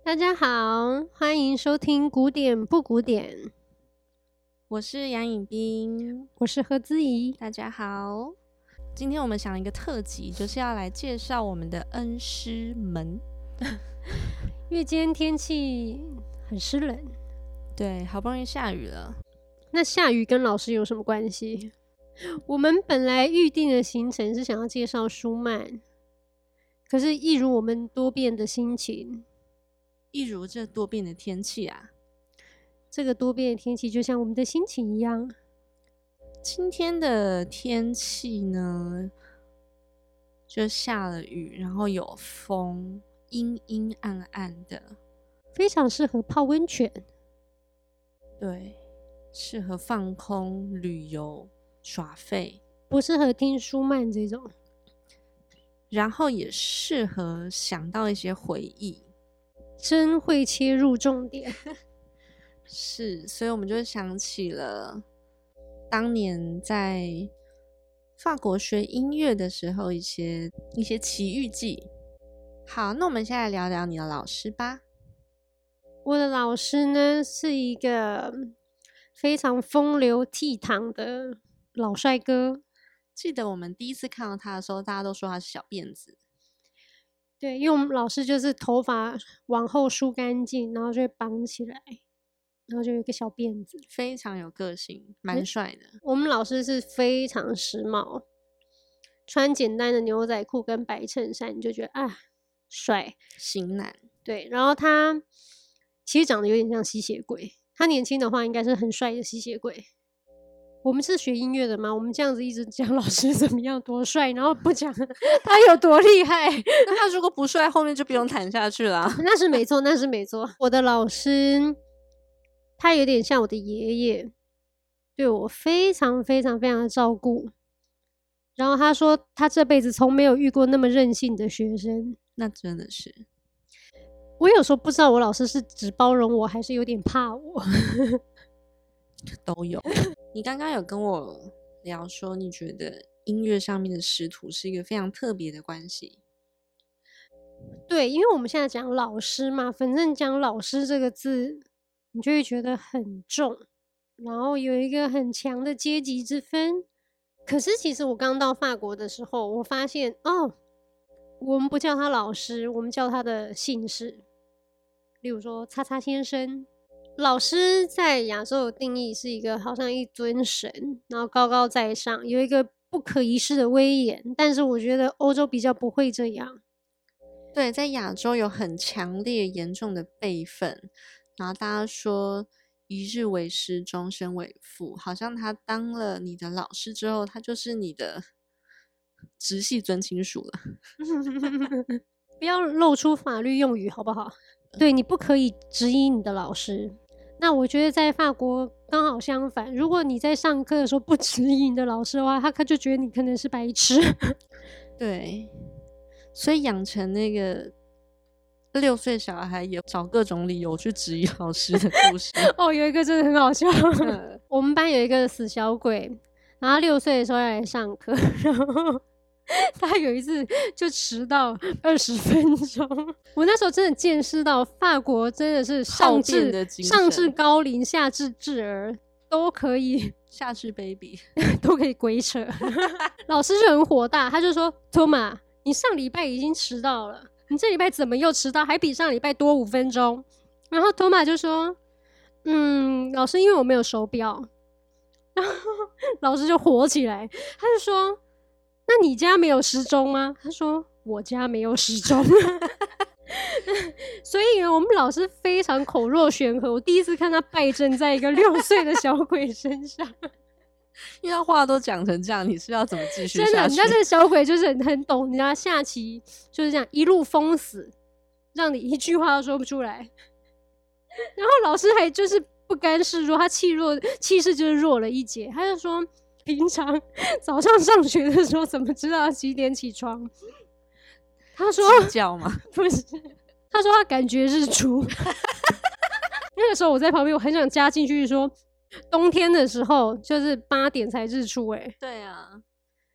大家好，欢迎收听古典不古典， 我是杨颖彬， 我是何姿怡。 大家好。今天我们想了一个特辑，就是要来介绍我们的恩师们。 因为今天天气很湿冷， 对，好不容易下雨了。 那下雨跟老师有什么关系？我们本来预定的行程是想要介绍舒曼，可是一如我们多变的心情， 一如这多变的天气啊， 这个多变的天气就像我们的心情一样。 今天的天气呢，就下了雨，然后有风，阴阴暗暗的， 非常适合泡温泉。 对，适合放空、旅游、耍废， 不适合听舒曼这种， 然后也适合想到一些回忆。 真会切入重点。 是，所以我们就想起了当年在法国学音乐的时候一些奇遇记。好，那我们现在来聊聊你的老师吧。 我的老师呢是一个非常风流倜傥的老帅哥。 记得我们第一次看到他的时候，大家都说他是小辫子。 对，因为我们老师就是头发往后梳干净，然后就会绑起来，然后就有一个小辫子， 非常有个性，蛮帅的。 我们老师是非常时髦，穿简单的牛仔裤跟白衬衫，你就觉得啊帅。 型男。 对，然后他其实长得有点像吸血鬼，他年轻的话应该是很帅的吸血鬼。我们是学音乐的嘛，我们这样子一直讲老师怎么样多帅，然后不讲他有多厉害。 那他如果不帅，后面就不用谈下去了。 那是没错，那是没错。我的老师他有点像我的爷爷，对我非常非常非常的照顾。然后他说他这辈子从没有遇过那么任性的学生。 那真的是， 我有时候不知道我老师是只包容我还是有点怕我。 都有。你刚刚有跟我聊说，你觉得音乐上面的师徒是一个非常特别的关系。 对，因为我们现在讲老师嘛，反正讲老师这个字，你就会觉得很重，然后有一个很强的阶级之分。可是其实我刚到法国的时候，我发现哦，我们不叫他老师，我们叫他的姓氏。例如说叉叉先生。老师在亚洲的定义是一个好像一尊神，然后高高在上，有一个不可一世的威严。但是我觉得欧洲比较不会这样。 对，在亚洲有很强烈严重的辈分，然后大家说一日为师，终身为父，好像他当了你的老师之后，他就是你的直系尊亲属了。 不要露出法律用语好不好？对，你不可以质疑你的老师。那我觉得在法国刚好相反，如果你在上课的时候不质疑你的老师的话，他就觉得你可能是白痴。 对，所以养成那个6岁小孩也找各种理由去质疑老师的故事。 哦，有一个真的很好笑。我们班有一个死小鬼，然后6岁的时候要来上课，然后他有一次就迟到20分钟。我那时候真的见识到法国真的是上至高龄，下至稚儿都可以， 下至 baby 都可以鬼扯。老师就很火大，他就说：“托马，你上礼拜已经迟到了，你这礼拜怎么又迟到？还比上礼拜多5分钟。”然后托马就说：“老师，因为我没有手表。”然后老师就火起来，他就说：“那你家没有时钟吗？”他说：“我家没有时钟。”所以我们老师非常口若悬河，我第一次看他败阵在一个6岁的小鬼身上。 因为他话都讲成这样，你是要怎么继续下去？ 真的，人家这个小鬼就是很懂，人家下棋就是这样一路封死，让你一句话都说不出来。然后老师还就是不甘示弱，他气势就是弱了一截，他就说平常早上上学的时候怎么知道几点起床？他说鸡叫吗？ 不是，他说他感觉日出。那个时候我在旁边，我很想加进去说，冬天的时候就是8点才日出。对啊，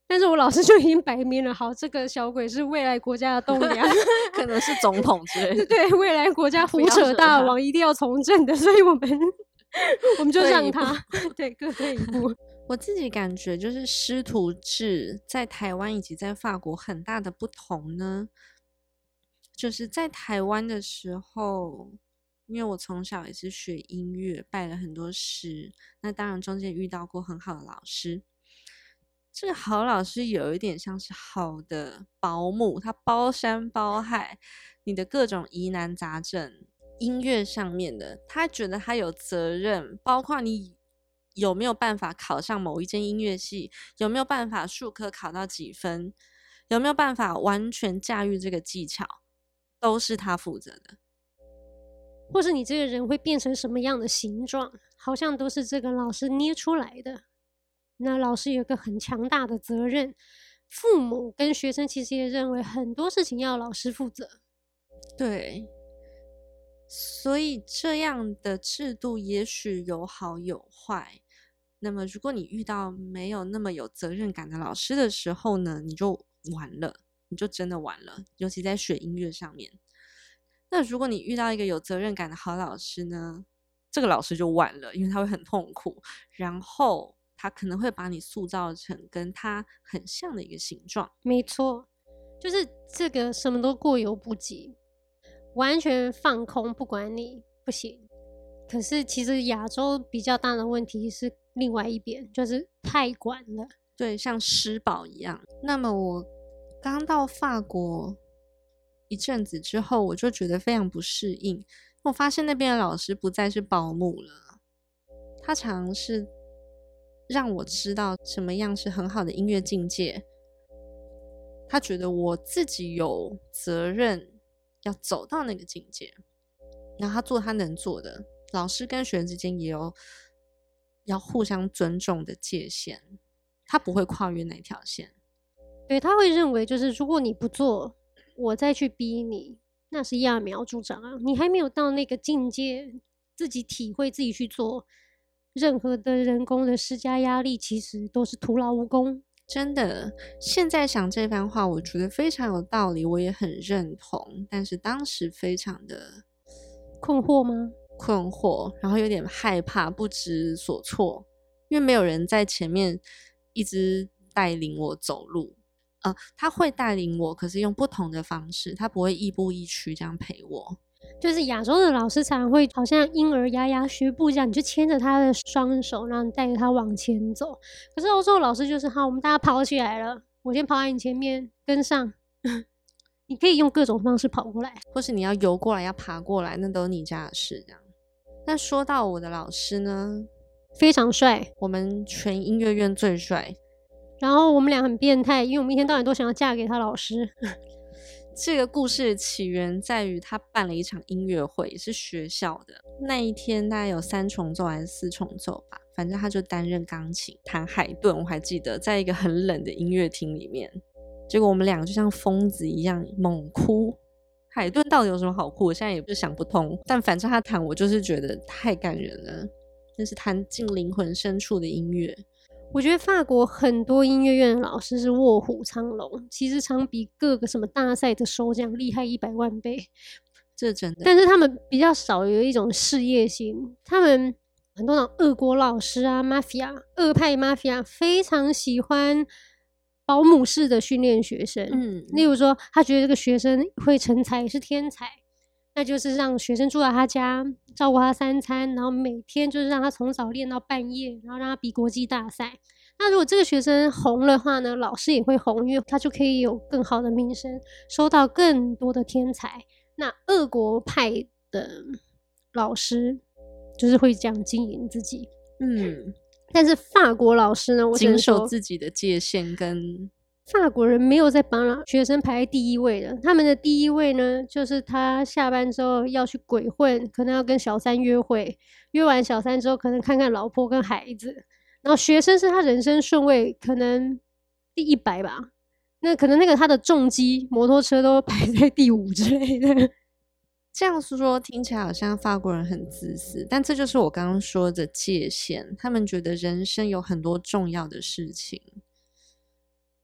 但是我老师就已经摆明了，好，这个小鬼是未来国家的栋梁， 可能是总统之类的。 对，未来国家胡扯大王一定要从政的，所以我们就让他对各退一步。 我自己感觉就是师徒制在台湾以及在法国很大的不同呢，就是在台湾的时候，因为我从小也是学音乐，拜了很多师，那当然中间遇到过很好的老师。这个好老师有一点像是好的保姆，他包山包海你的各种疑难杂症，音乐上面的，他觉得他有责任，包括你有没有办法考上某一间音乐系，有没有办法术科考到几分，有没有办法完全驾驭这个技巧，都是他负责的。 或是你这个人会变成什么样的形状，好像都是这个老师捏出来的。那老师有一个很强大的责任，父母跟学生其实也认为很多事情要老师负责。 对，所以这样的制度也许有好有坏。那么如果你遇到没有那么有责任感的老师的时候呢，你就完了，你就真的完了，尤其在学音乐上面。那如果你遇到一个有责任感的好老师呢，这个老师就完了，因为他会很痛苦，然后他可能会把你塑造成跟他很像的一个形状。 没错，就是这个什么都过犹不及，完全放空不管你不行。可是其实亚洲比较大的问题是另外一边，就是太管了。 对，像施暴一样。那么我刚到法国一阵子之后，我就觉得非常不适应。我发现那边的老师不再是保姆了，他常是让我知道什么样是很好的音乐境界。他觉得我自己有责任要走到那个境界，然后他做他能做的。老师跟学生之间也有要互相尊重的界限，他不会跨越那条线。 对，他会认为就是如果你不做，我再去逼你，那是揠苗助长啊！你还没有到那个境界，自己体会，自己去做，任何的人工的施加压力，其实都是徒劳无功。 真的，现在想这番话，我觉得非常有道理，我也很认同。但是当时非常的困惑吗？ 困惑，然后有点害怕，不知所措，因为没有人在前面一直带领我走路。他会带领我，可是用不同的方式，他不会亦步亦趋这样陪我。 就是亚洲的老师常会好像婴儿牙牙学步这样，你就牵着他的双手，然后带着他往前走。可是欧洲的老师就是好，我们大家跑起来了，我先跑在你前面，跟上。你可以用各种方式跑过来， 或是你要游过来，要爬过来，那都是你家的事这样。但说到我的老师呢， 非常帅， 我们全音乐院最帅。 然后我们俩很变态，因为我们一天到晚都想要嫁给他老师。 这个故事的起源在于他办了一场音乐会，也是学校的。那一天大概有3重奏还是4重奏吧，反正他就担任钢琴弹海顿，我还记得在一个很冷的音乐厅里面，结果我们两个就像疯子一样猛哭。海顿到底有什么好哭，我现在也是想不通，但反正他弹我就是觉得太感人了，那是弹进灵魂深处的音乐。 我觉得法国很多音乐院的老师是卧虎藏龙，其实常比各个什么大赛的首奖厉害100万倍， 这真的。 但是他们比较少有一种事业心，他们很多那种俄国老师啊 mafia 俄派 mafia 非常喜欢保姆式的训练学生。例如说他觉得这个学生会成才是天才，那就是让学生住在他家，照顾他3餐，然后每天就是让他从早练到半夜，然后让他比国际大赛。那如果这个学生红的话呢，老师也会红，因为他就可以有更好的名声，收到更多的天才。那俄国派的老师就是会这样经营自己。但是法国老师呢，我谨守自己的界限，跟法国人没有在帮学生排在第一位的，他们的第一位呢，就是他下班之后要去鬼混，可能要跟小三约会，约完小三之后可能看看老婆跟孩子，然后学生是他人生顺位可能第100吧，那可能那个他的重机摩托车都排在第5之类的。 这样说听起来好像法国人很自私，但这就是我刚刚说的界限，他们觉得人生有很多重要的事情，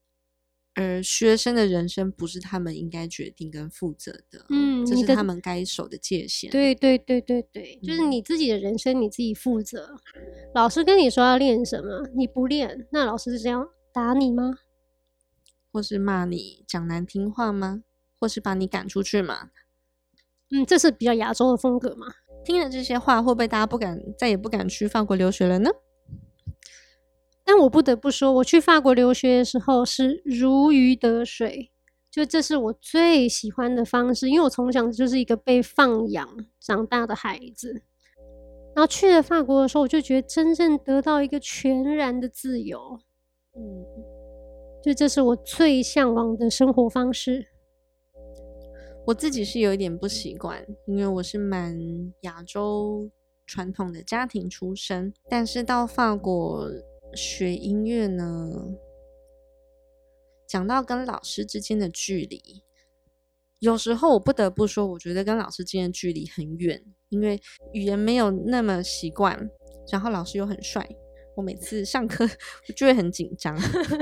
而学生的人生不是他们应该决定跟负责的，这是他们该守的界限。 对，就是你自己的人生你自己负责。老师跟你说要练什么，你不练，那老师是这样打你吗？ 或是骂你讲难听话吗？或是把你赶出去吗？ 这是比较亚洲的风格嘛。 听了这些话，会不会大家再也不敢去法国留学了呢？ 但我不得不说，我去法国留学的时候是如鱼得水，就这是我最喜欢的方式，因为我从小就是一个被放养长大的孩子。然后去了法国的时候，我就觉得真正得到一个全然的自由。就这是我最向往的生活方式。 我自己是有一点不习惯，因为我是蛮亚洲传统的家庭出身，但是到法国学音乐呢，讲到跟老师之间的距离，有时候我不得不说，我觉得跟老师之间的距离很远，因为语言没有那么习惯，然后老师又很帅，我每次上课我就会很紧张。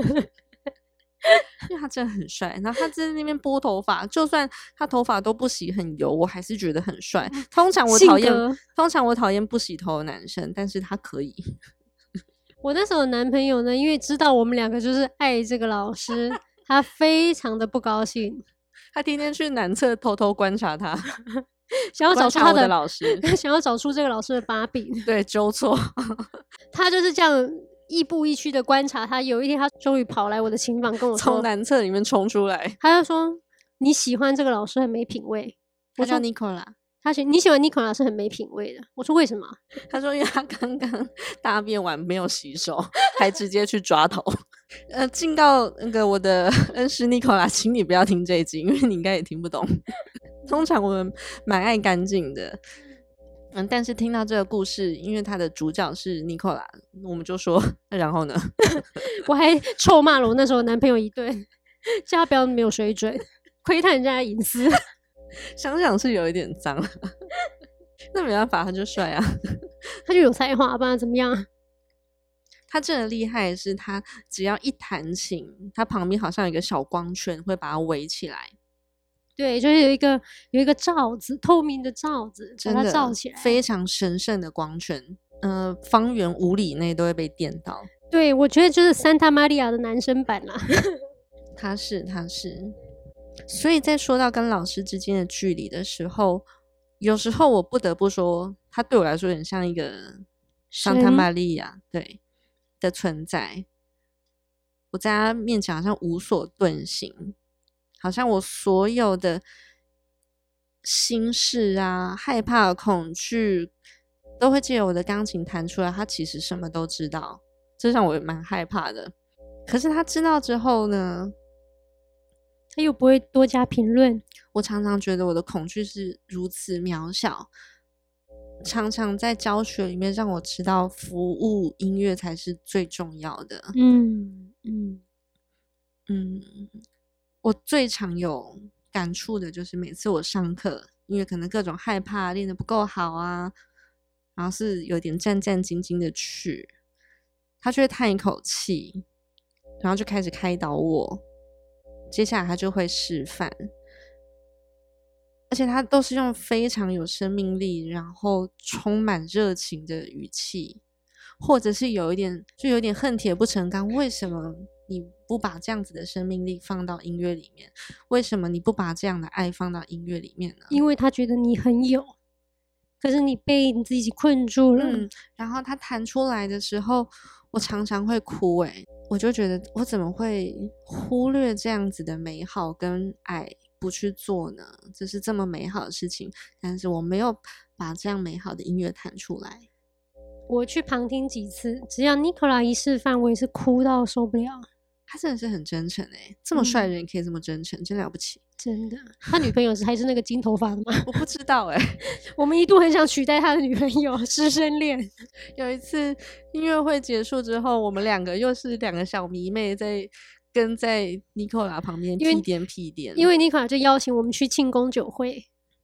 因为他真的很帅，然后他在那边拨头发，就算他头发都不洗很油，我还是觉得很帅。通常我讨厌不洗头的男生，但是他可以。 我那时候的男朋友呢，因为知道我们两个就是爱这个老师，他非常的不高兴， 他天天去男厕偷偷观察他， 想要找出他的老师， 想要找出这个老师的把柄， 对，纠错。 他就是这样亦步亦趋的观察他。有一天，他终于跑来我的琴房跟我说， 从男厕里面冲出来， 他就说：“你喜欢这个老师很没品味。” 他叫 Nicola， 你喜欢 Nicola 是很没品味的。我说为什么？ 他说因为他刚刚大便完没有洗手，还直接去抓头。警告那个我的恩师 Nicola， 请你不要听这一集，因为你应该也听不懂。通常我们蛮爱干净的。但是听到这个故事，因为他的主角是尼可拉，我们就说，然后呢？ 我还臭骂了我那时候男朋友一顿，叫他不要没有水准，窥探人家的隐私。 想想是有一点脏，那没办法，他就帅啊， 他就有才华，不然怎么样？ 他真的厉害，是他只要一弹琴，他旁边好像有一个小光圈会把它围起来。 对，就是有一个罩子，透明的罩子，把它罩起来， 非常神圣的光圈，方圆5里内都会被电到。 对，我觉得就是Santa Maria的男生版啦。 他是，所以在说到跟老师之间的距离的时候，有时候我不得不说，他对我来说很像一个 Santa Maria 对的存在。我在他面前好像无所遁形。好像我所有的心事啊、害怕、恐惧，都会借由我的钢琴弹出来。他其实什么都知道，这让我蛮害怕的。可是他知道之后呢， 他又不会多加评论。 我常常觉得我的恐惧是如此渺小，常常在教学里面让我知道，服务音乐才是最重要的。我最常有感触的就是每次我上课，因为可能各种害怕练得不够好啊，然后是有点战战兢兢的去，他就会叹一口气，然后就开始开导我，接下来他就会示范，而且他都是用非常有生命力，然后充满热情的语气，或者是有点恨铁不成钢，为什么你不把这样子的生命力放到音乐里面？为什么你不把这样的爱放到音乐里面呢？ 因为他觉得你很有，可是你被你自己困住了。 然后他弹出来的时候，我常常会哭我就觉得我怎么会忽略这样子的美好跟爱，不去做呢？这是这么美好的事情，但是我没有把这样美好的音乐弹出来。 我去旁听几次，只要 Nicola 一示范，我也是哭到受不了。 他真的是很真诚这么帅的人可以这么真诚，真了不起。 真的，他女朋友还是那个金头发的吗？ 我不知道我们一度很想取代他的女朋友，师生恋。 有一次音乐会结束之后，我们两个又是2个小迷妹跟在尼可拉旁边屁颠， 因为尼可拉就邀请我们去庆功酒会。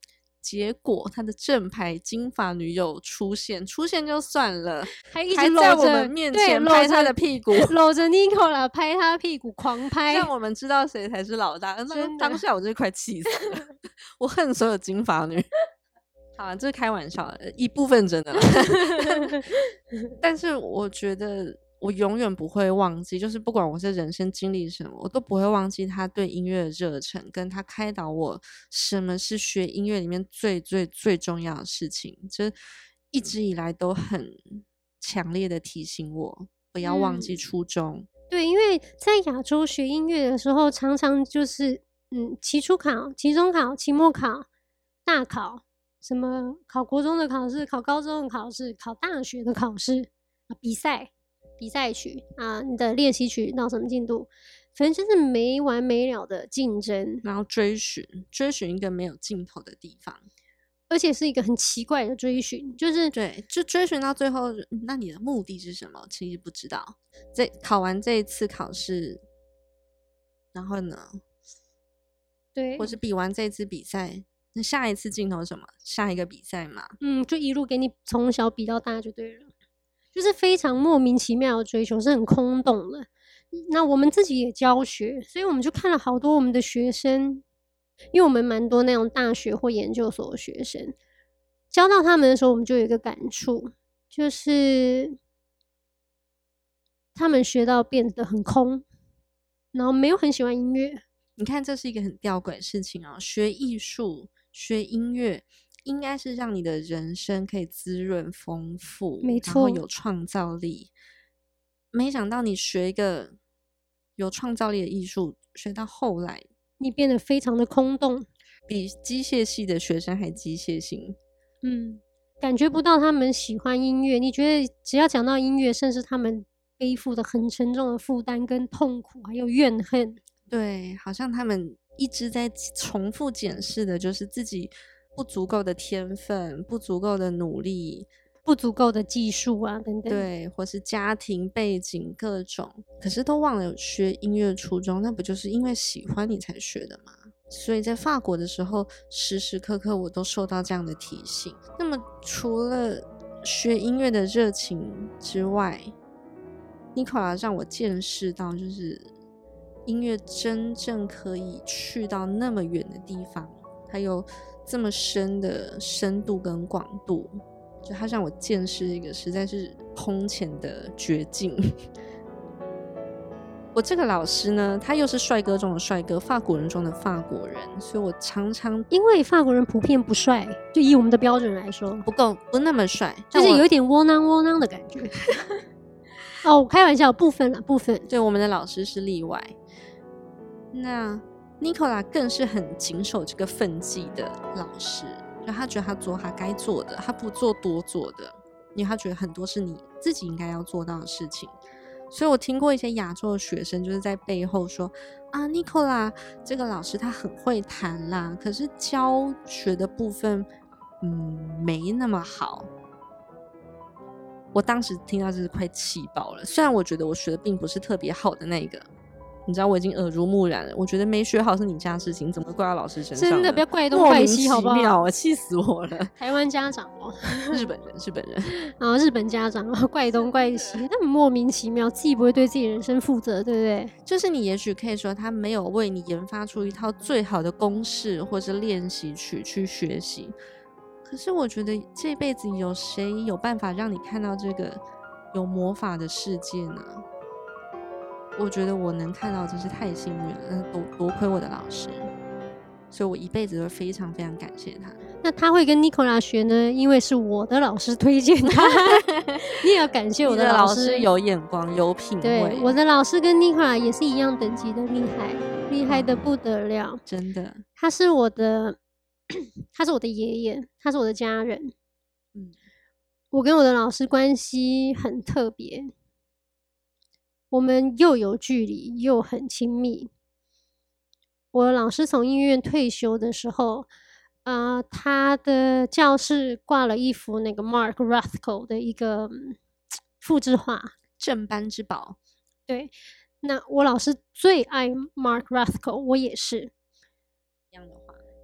结果他的正牌金发女友出现就算了， 还一直还在我们面前拍他的屁股， 搂着 Nicola 拍他屁股狂拍， 让我们知道谁才是老大。当下我就快气死了我恨所有金发女好了，这是开玩笑的，一部分真的啦但是我觉得我永远不会忘记，就是不管我是人生经历什么，我都不会忘记他对音乐的热忱，跟他开导我什么是学音乐里面最最最重要的事情，就一直以来都很强烈的提醒我不要忘记初衷。 对，因为在亚洲学音乐的时候，常常就是期初考、期中考、期末考、大考，什么考国中的考试、考高中的考试、考大学的考试比赛曲啊，你的练习曲到什么进度，反正就是没完没了的竞争， 然后追寻一个没有尽头的地方， 而且是一个很奇怪的追寻，就是对，就追寻到最后，那你的目的是什么？其实不知道。考完这一次考试，然后呢？ 对， 或是比完这一次比赛，那下一次镜头是什么？下一个比赛嘛。 就一路给你从小比到大就对了。就是非常莫名其妙的追求，是很空洞的。那我们自己也教学，所以我们就看了好多我们的学生，因为我们蛮多那种大学或研究所的学生，教到他们的时候，我们就有一个感触，就是他们学到变得很空，然后没有很喜欢音乐。 你看，这是一个很吊诡的事情哦。学艺术、学音乐，应该是让你的人生可以滋润丰富， 没错， 然后有创造力。没想到你学一个有创造力的艺术，学到后来你变得非常的空洞， 比机械系的学生还机械性。 感觉不到他们喜欢音乐。你觉得只要讲到音乐，甚至他们背负的很沉重的负担跟痛苦，还有怨恨。 对，好像他们一直在重复检视的，就是自己不足够的天分、不足够的努力、 不足够的技术啊，等等。 对，或是家庭背景各种，可是都忘了学音乐初衷，那不就是因为喜欢你才学的吗？所以在法国的时候，时时刻刻我都受到这样的提醒。那么除了学音乐的热情之外，Nicola让我见识到，就是音乐真正可以去到那么远的地方，还有这么深的深度跟广度，就他让我见识一个实在是空前的绝境。我这个老师呢，他又是帅哥中的帅哥，法国人中的法国人，所以我常常因为法国人普遍不帅，就以我们的标准来说， 不那么帅， 就是有一点窝囊的感觉。哦，我开玩笑，部分。 对，我们的老师是例外。那 Nicola 更是很谨守这个分际的老师，就他觉得他做他该做的，他不做多做的，因为他觉得很多是你自己应该要做到的事情。所以我听过一些亚洲的学生就是在背后说啊 Nicola 这个老师他很会弹啦，可是教学的部分没那么好。我当时听到就是快气爆了，虽然我觉得我学的并不是特别好的那个，你知道我已经耳濡目染了，我觉得没学好是你家的事情，怎么怪到老师身上？ 真的不要怪东怪西好不好？ 莫名其妙，气死我了！ 台湾家长哦， 日本人， 然后日本家长怪东怪西，他们莫名其妙，自己不会对自己人生负责，对不对？ 就是你也许可以说他没有为你研发出一套最好的公式或是练习曲去学习，可是我觉得这辈子有谁有办法让你看到这个有魔法的世界呢？我觉得我能看到真是太幸运了，多亏我的老师，所以我一辈子都非常非常感谢他。 那他会跟 Nicola 学呢，因为是我的老师推荐他。你也要感谢我的老师有眼光有品味。 对，我的老师跟 Nicola 也是一样等级的厉害，厉害的不得了， 真的。 他是我的爷爷，他是我的家人。我跟我的老师关系很特别，我们又有距离又很亲密。我的老师从音乐院退休的时候，他的教室挂了一幅那个 Mark Rothko 的一个复制画， 镇班之宝。 对，那我老师最爱 Mark Rothko， 我也是。 一样的话，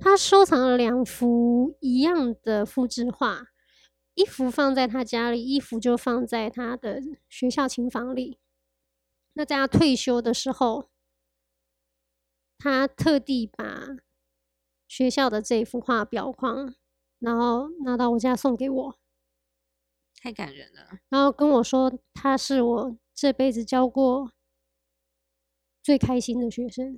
他收藏了2幅一样的复制画，一幅放在他家里，一幅就放在他的学校琴房里。那在他退休的时候，他特地把学校的这幅画裱框，然后拿到我家送给我， 太感人了。 然后跟我说他是我这辈子教过最开心的学生，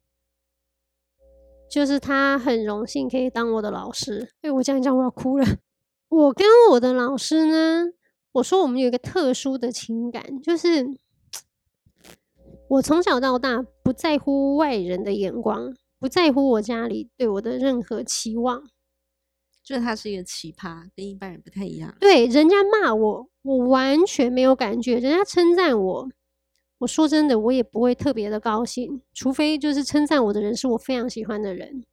就是他很荣幸可以当我的老师。我这样讲我要哭了。我跟我的老师呢，我说我们有一个特殊的情感，就是我从小到大不在乎外人的眼光，不在乎我家里对我的任何期望。 就是他是一个奇葩，跟一般人不太一样。 对，人家骂我，我完全没有感觉；人家称赞我，我说真的，我也不会特别的高兴，除非就是称赞我的人是我非常喜欢的人。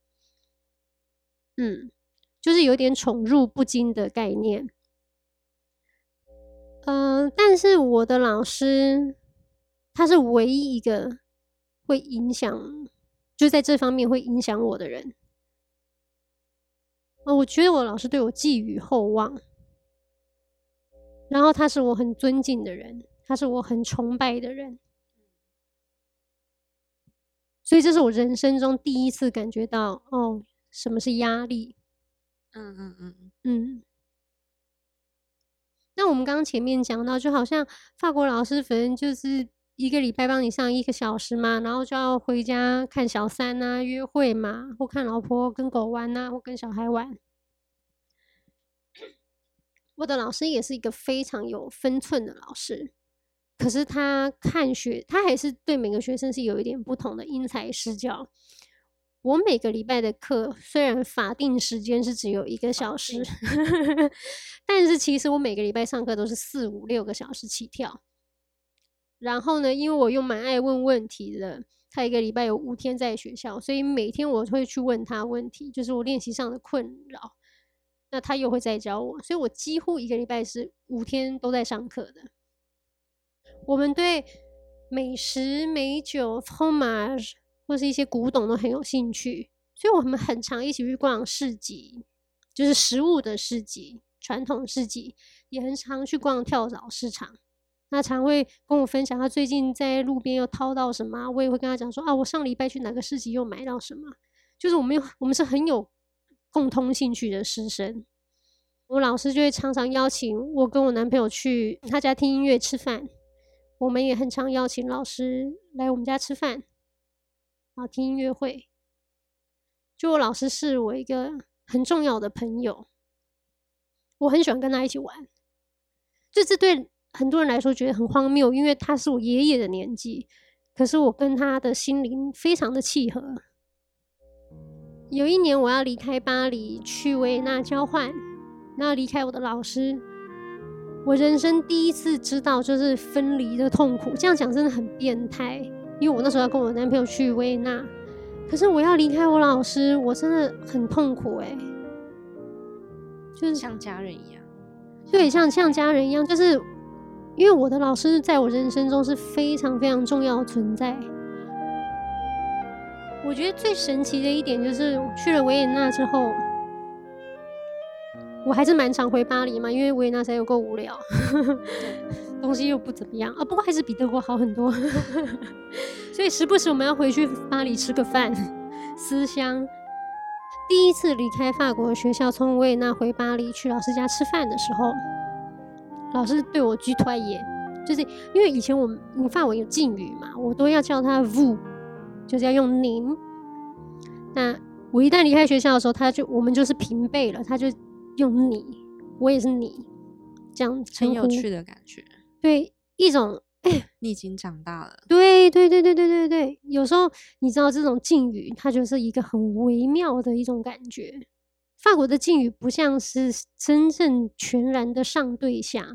就是有点宠辱不惊的概念。但是我的老师，他是唯一一个会影响，就在这方面会影响我的人。我觉得我老师对我寄予厚望，然后他是我很尊敬的人，他是我很崇拜的人，所以这是我人生中第一次感觉到什么是压力。那我们刚刚前面讲到，就好像法国老师反正就是1个礼拜帮你上1个小时嘛，然后就要回家看小三啊、约会嘛，或看老婆跟狗玩啊，或跟小孩玩。我的老师也是一个非常有分寸的老师，可是他还是对每个学生是有一点不同的因材施教。我每个礼拜的课虽然法定时间是只有1个小时，但是其实我每个礼拜上课都是4、5、6个小时起跳。然后呢，因为我又蛮爱问问题的，他1个礼拜有5天在学校，所以每天我会去问他问题，就是我练习上的困扰。那他又会再教我，所以我几乎1个礼拜是5天都在上课的。我们对美食、美酒、fromage 或是一些古董都很有兴趣，所以我们很常一起去逛市集，就是食物的市集、传统市集，也很常去逛跳蚤市场。他常会跟我分享他最近在路边又掏到什么，我也会跟他讲说我上礼拜去哪个市集又买到什么。就是我们是很有共通兴趣的师生。我老师就会常常邀请我跟我男朋友去他家听音乐吃饭，我们也很常邀请老师来我们家吃饭，然后听音乐会。就我老师是我一个很重要的朋友，我很喜欢跟他一起玩。就这对很多人来说觉得很荒谬，因为他是我爷爷的年纪，可是我跟他的心灵非常的契合。有一年我要离开巴黎去维也纳交换，然后离开我的老师，我人生第一次知道就是分离的痛苦。这样讲真的很变态，因为我那时候要跟我男朋友去维也纳，可是我要离开我老师，我真的很痛苦就是像家人一样。 对，像家人一样，就是因为我的老师在我人生中是非常非常重要的存在。我觉得最神奇的一点就是去了维也纳之后，我还是蛮常回巴黎嘛，因为维也纳才有够无聊，东西又不怎么样不过还是比德国好很多。所以时不时我们要回去巴黎吃个饭，思乡。第一次离开法国的学校，从维也纳回巴黎去老师家吃饭的时候，老师对我居推耶，就是因为以前我们法文有敬语嘛，我都要叫他 vous， 就是要用您。那我一旦离开学校的时候，我们就是平辈了，他就用你，我也是你，这样称呼。 很有趣的感觉。 对，一种你已经长大了。 对，有时候你知道这种敬语，它就是一个很微妙的一种感觉。法国的敬语不像是真正全然的上对下，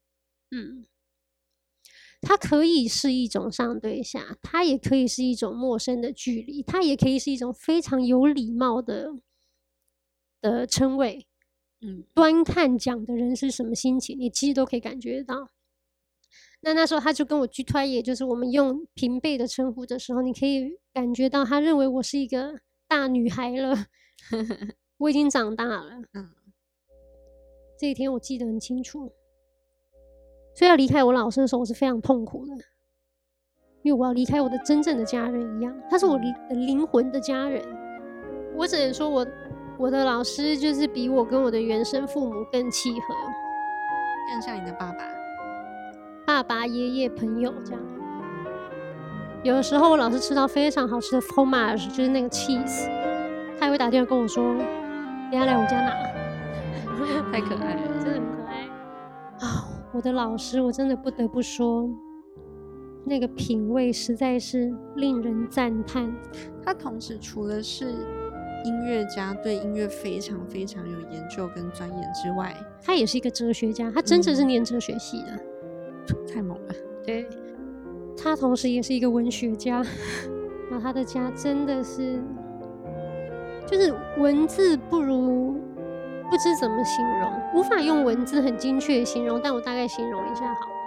它可以是一种上对下，它也可以是一种陌生的距离，它也可以是一种非常有礼貌的称谓。端看讲的人是什么心情，你其实都可以感觉到。那时候他就跟我居推，也就是我们用平辈的称呼的时候，你可以感觉到他认为我是一个大女孩了， 我已经长大了。 嗯， 这一天我记得很清楚，所以要离开我老师的时候，我是非常痛苦的，因为我要离开我的真正的家人一样，他是我的灵魂的家人。我只能说我的老师就是比我跟我的原生父母更契合， 更像你的爸爸、爷爷、朋友这样。有的时候我老是吃到非常好吃的 fromage， 就是那个 cheese， 他也会打电话跟我说，等一下来我家拿。 太可爱了， 真的很可爱啊！我的老师，我真的不得不说，那个品味实在是令人赞叹。 他同时除了是音乐家，对音乐非常非常有研究跟钻研之外， 他也是一个哲学家，他真的是念哲学系的， 太猛了。 对，他同时也是一个文学家，然后他的家真的是，就是文字不知怎么形容，无法用文字很精确的形容，但我大概形容一下好了。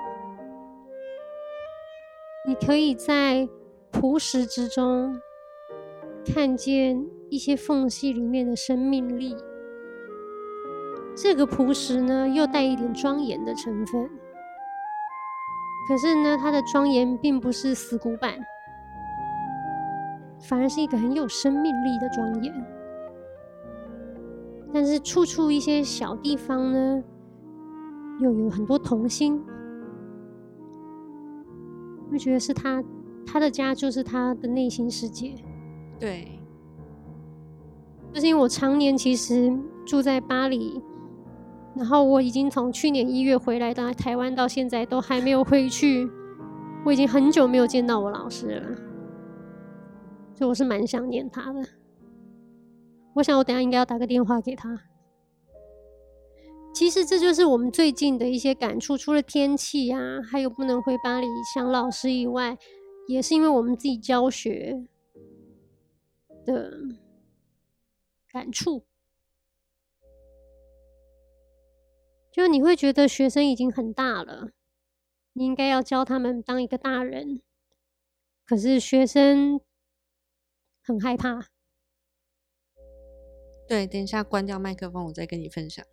你可以在朴实之中看见一些缝隙里面的生命力，这个朴实呢又带一点庄严的成分，可是呢它的庄严并不是死古板，反而是一个很有生命力的庄严。但是处处一些小地方呢又有很多童心，我觉得是他的家就是他的内心世界。 对， 就是因为我常年其实住在巴黎，然后我已经从去年1月回来到台湾到现在都还没有回去，我已经很久没有见到我老师了，所以我是蛮想念他的。我想我等一下应该要打个电话给他。其实这就是我们最近的一些感触，除了天气啊，还有不能回巴黎想老师以外，也是因为我们自己教学的感触。就你会觉得学生已经很大了，你应该要教他们当一个大人，可是学生很害怕。 对，等一下关掉麦克风，我再跟你分享。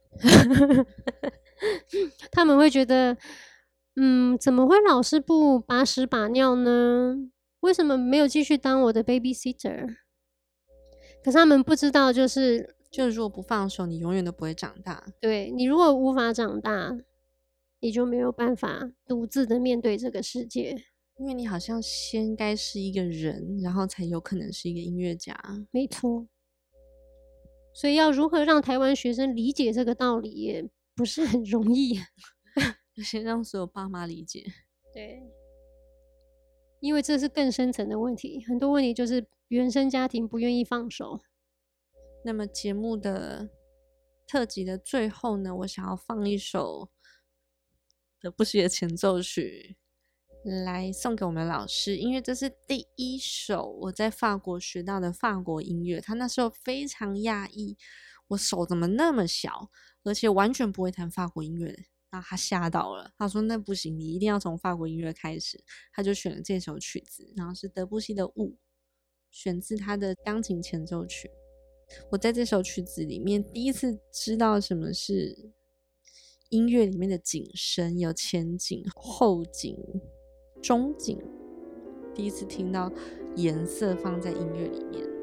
他们会觉得，怎么会老师不把屎把尿呢？为什么没有继续当我的 babysitter？ 可是他们不知道，就是如果不放手，你永远都不会长大。 对，你如果无法长大，你就没有办法独自的面对这个世界。 因为你好像先该是一个人，然后才有可能是一个音乐家。 没错。所以要如何让台湾学生理解这个道理，也不是很容易。 先让所有爸妈理解。 对，因为这是更深层的问题，很多问题就是原生家庭不愿意放手。 那么节目的特辑的最后呢，我想要放一首德布西的前奏曲来送给我们的老师，因为这是第一首我在法国学到的法国音乐。他那时候非常讶异，我手怎么那么小，而且完全不会弹法国音乐，然后他吓到了，他说那不行，你一定要从法国音乐开始。他就选了这首曲子，然后是德布西的《雾》，选自他的钢琴前奏曲。我在这首曲子里面第一次知道什么是音乐里面的景深，有前景、后景、中景，第一次听到颜色放在音乐里面。